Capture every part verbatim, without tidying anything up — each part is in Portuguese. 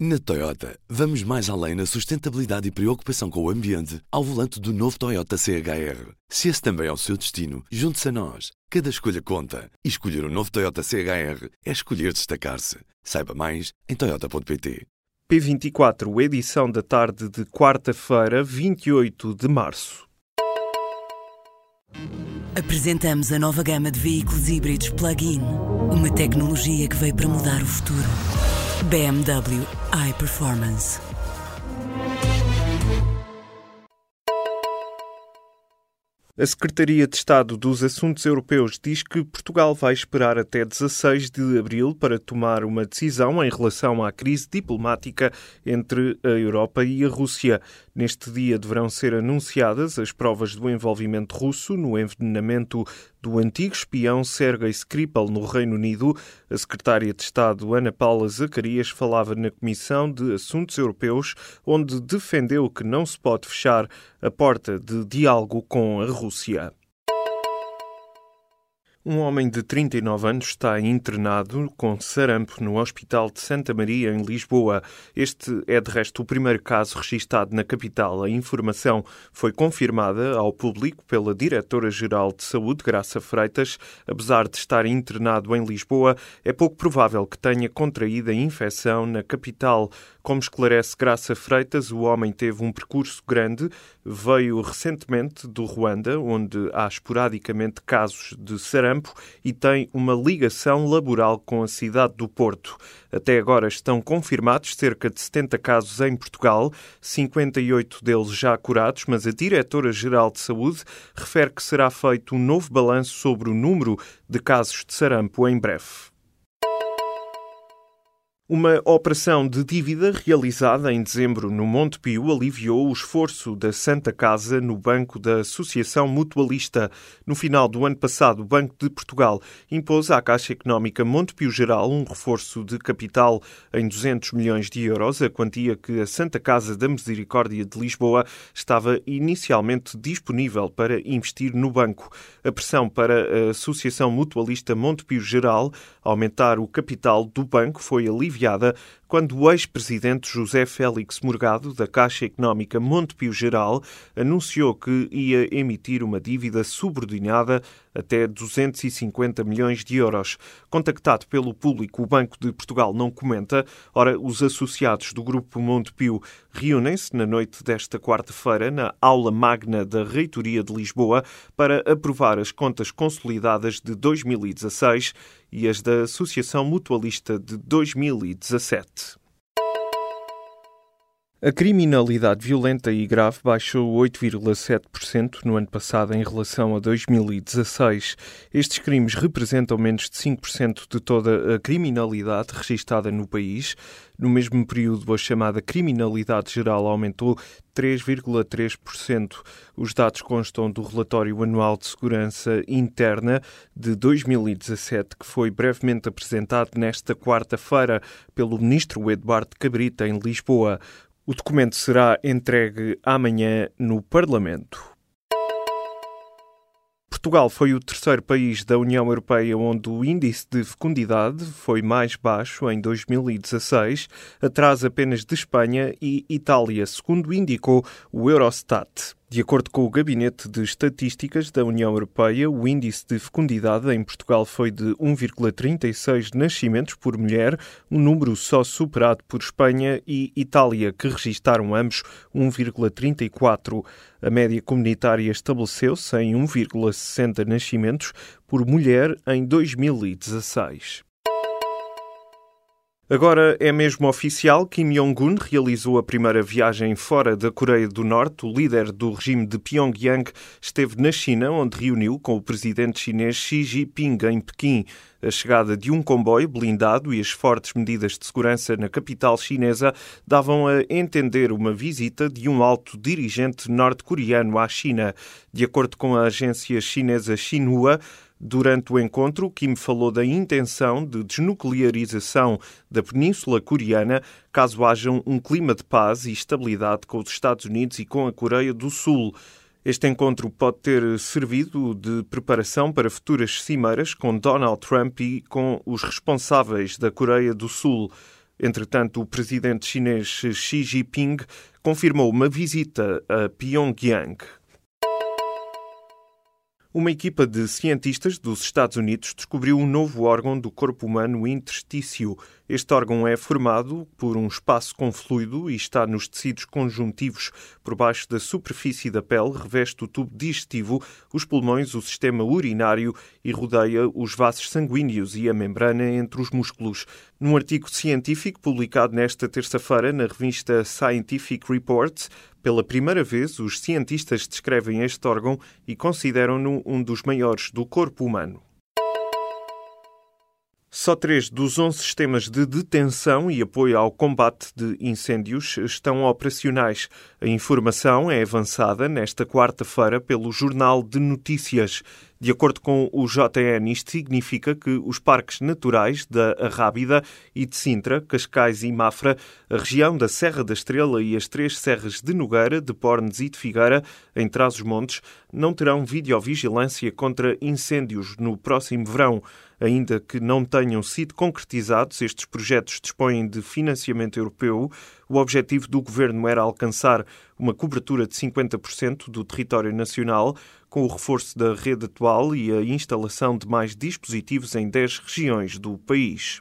Na Toyota, vamos mais além na sustentabilidade e preocupação com o ambiente ao volante do novo Toyota C H R. Se esse também é o seu destino, junte-se a nós. Cada escolha conta. E escolher o novo Toyota C H R é escolher destacar-se. Saiba mais em toyota ponto pt. P vinte e quatro, edição da tarde de quarta-feira, vinte e oito de março. Apresentamos a nova gama de veículos híbridos plug-in. Uma tecnologia que veio para mudar o futuro. B M W iPerformance. A Secretaria de Estado dos Assuntos Europeus diz que Portugal vai esperar até dezasseis de abril para tomar uma decisão em relação à crise diplomática entre a Europa e a Rússia. Neste dia deverão ser anunciadas as provas do envolvimento russo no envenenamento do antigo espião Sergei Skripal no Reino Unido. A secretária de Estado Ana Paula Zacarias falava na Comissão de Assuntos Europeus, onde defendeu que não se pode fechar a porta de diálogo com a Rússia. Um homem de trinta e nove anos está internado com sarampo no Hospital de Santa Maria, em Lisboa. Este é, de resto, o primeiro caso registado na capital. A informação foi confirmada ao público pela Diretora-Geral de Saúde, Graça Freitas. Apesar de estar internado em Lisboa, é pouco provável que tenha contraído a infecção na capital. Como esclarece Graça Freitas, o homem teve um percurso grande, veio recentemente do Ruanda, onde há esporadicamente casos de sarampo, e tem uma ligação laboral com a cidade do Porto. Até agora estão confirmados cerca de setenta casos em Portugal, cinquenta e oito deles já curados, mas a Diretora-Geral de Saúde refere que será feito um novo balanço sobre o número de casos de sarampo em breve. Uma operação de dívida realizada em dezembro no Monte Pio aliviou o esforço da Santa Casa no Banco da Associação Mutualista. No final do ano passado, o Banco de Portugal impôs à Caixa Económica Monte Pio Geral um reforço de capital em duzentos milhões de euros, a quantia que a Santa Casa da Misericórdia de Lisboa estava inicialmente disponível para investir no banco. A pressão para a Associação Mutualista Monte Pio Geral aumentar o capital do banco foi aliviada quando o ex-presidente José Félix Morgado, da Caixa Económica Monte Pio Geral, anunciou que ia emitir uma dívida subordinada até duzentos e cinquenta milhões de euros. Contactado pelo público, o Banco de Portugal não comenta. Ora, os associados do Grupo Monte Pio reúnem-se na noite desta quarta-feira na aula magna da Reitoria de Lisboa para aprovar as contas consolidadas de dois mil e dezasseis e as da Associação Mutualista de dois mil e dezassete. A criminalidade violenta e grave baixou oito vírgula sete por cento no ano passado em relação a dois mil e dezasseis. Estes crimes representam menos de cinco por cento de toda a criminalidade registada no país. No mesmo período, a chamada criminalidade geral aumentou três vírgula três por cento. Os dados constam do relatório anual de segurança interna de dois mil e dezassete, que foi brevemente apresentado nesta quarta-feira pelo ministro Eduardo Cabrita em Lisboa. O documento será entregue amanhã no Parlamento. Portugal foi o terceiro país da União Europeia onde o índice de fecundidade foi mais baixo em dois mil e dezasseis, atrás apenas de Espanha e Itália, segundo indicou o Eurostat. De acordo com o Gabinete de Estatísticas da União Europeia, o índice de fecundidade em Portugal foi de um vírgula trinta e seis nascimentos por mulher, um número só superado por Espanha e Itália, que registaram ambos um vírgula trinta e quatro. A média comunitária estabeleceu-se em um vírgula sessenta nascimentos por mulher em dois mil e dezasseis. Agora é mesmo oficial, Kim Jong-un realizou a primeira viagem fora da Coreia do Norte. O líder do regime de Pyongyang esteve na China, onde reuniu com o presidente chinês Xi Jinping em Pequim. A chegada de um comboio blindado e as fortes medidas de segurança na capital chinesa davam a entender uma visita de um alto dirigente norte-coreano à China. De acordo com a agência chinesa Xinhua, durante o encontro, Kim falou da intenção de desnuclearização da Península Coreana caso haja um clima de paz e estabilidade com os Estados Unidos e com a Coreia do Sul. Este encontro pode ter servido de preparação para futuras cimeiras com Donald Trump e com os responsáveis da Coreia do Sul. Entretanto, o presidente chinês Xi Jinping confirmou uma visita a Pyongyang. Uma equipa de cientistas dos Estados Unidos descobriu um novo órgão do corpo humano interstício. Este órgão é formado por um espaço com fluido e está nos tecidos conjuntivos. Por baixo da superfície da pele, reveste o tubo digestivo, os pulmões, o sistema urinário e rodeia os vasos sanguíneos e a membrana entre os músculos. Num artigo científico publicado nesta terça-feira na revista Scientific Reports, pela primeira vez, os cientistas descrevem este órgão e consideram-no um dos maiores do corpo humano. Só três dos onze sistemas de detenção e apoio ao combate de incêndios estão operacionais. A informação é avançada nesta quarta-feira pelo Jornal de Notícias. De acordo com o J N, isto significa que os parques naturais da Arrábida e de Sintra, Cascais e Mafra, a região da Serra da Estrela e as três serras de Nogueira, de Pornes e de Figueira, em Trás-os-Montes, não terão videovigilância contra incêndios no próximo verão. Ainda que não tenham sido concretizados, estes projetos dispõem de financiamento europeu. O objetivo do governo era alcançar uma cobertura de cinquenta por cento do território nacional, com o reforço da rede atual e a instalação de mais dispositivos em dez regiões do país.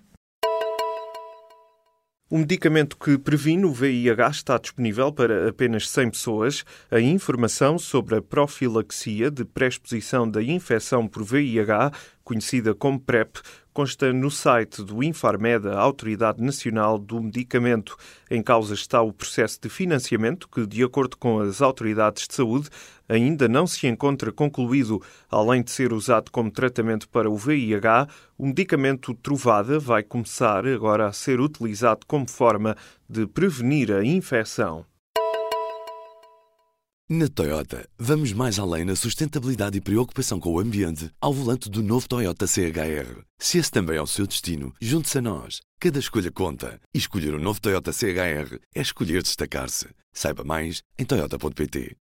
O medicamento que previne o V I H está disponível para apenas cem pessoas. A informação sobre a profilaxia de pré-exposição da infecção por V I H, conhecida como PrEP, consta no site do Infarmed, a Autoridade Nacional do Medicamento. Em causa está o processo de financiamento que, de acordo com as autoridades de saúde, ainda não se encontra concluído. Além de ser usado como tratamento para o V I H, o medicamento Truvada vai começar agora a ser utilizado como forma de prevenir a infecção. Na Toyota, vamos mais além na sustentabilidade e preocupação com o ambiente ao volante do novo Toyota C H R. Se esse também é o seu destino, junte-se a nós. Cada escolha conta. E escolher o novo Toyota C H R é escolher destacar-se. Saiba mais em toyota ponto pt.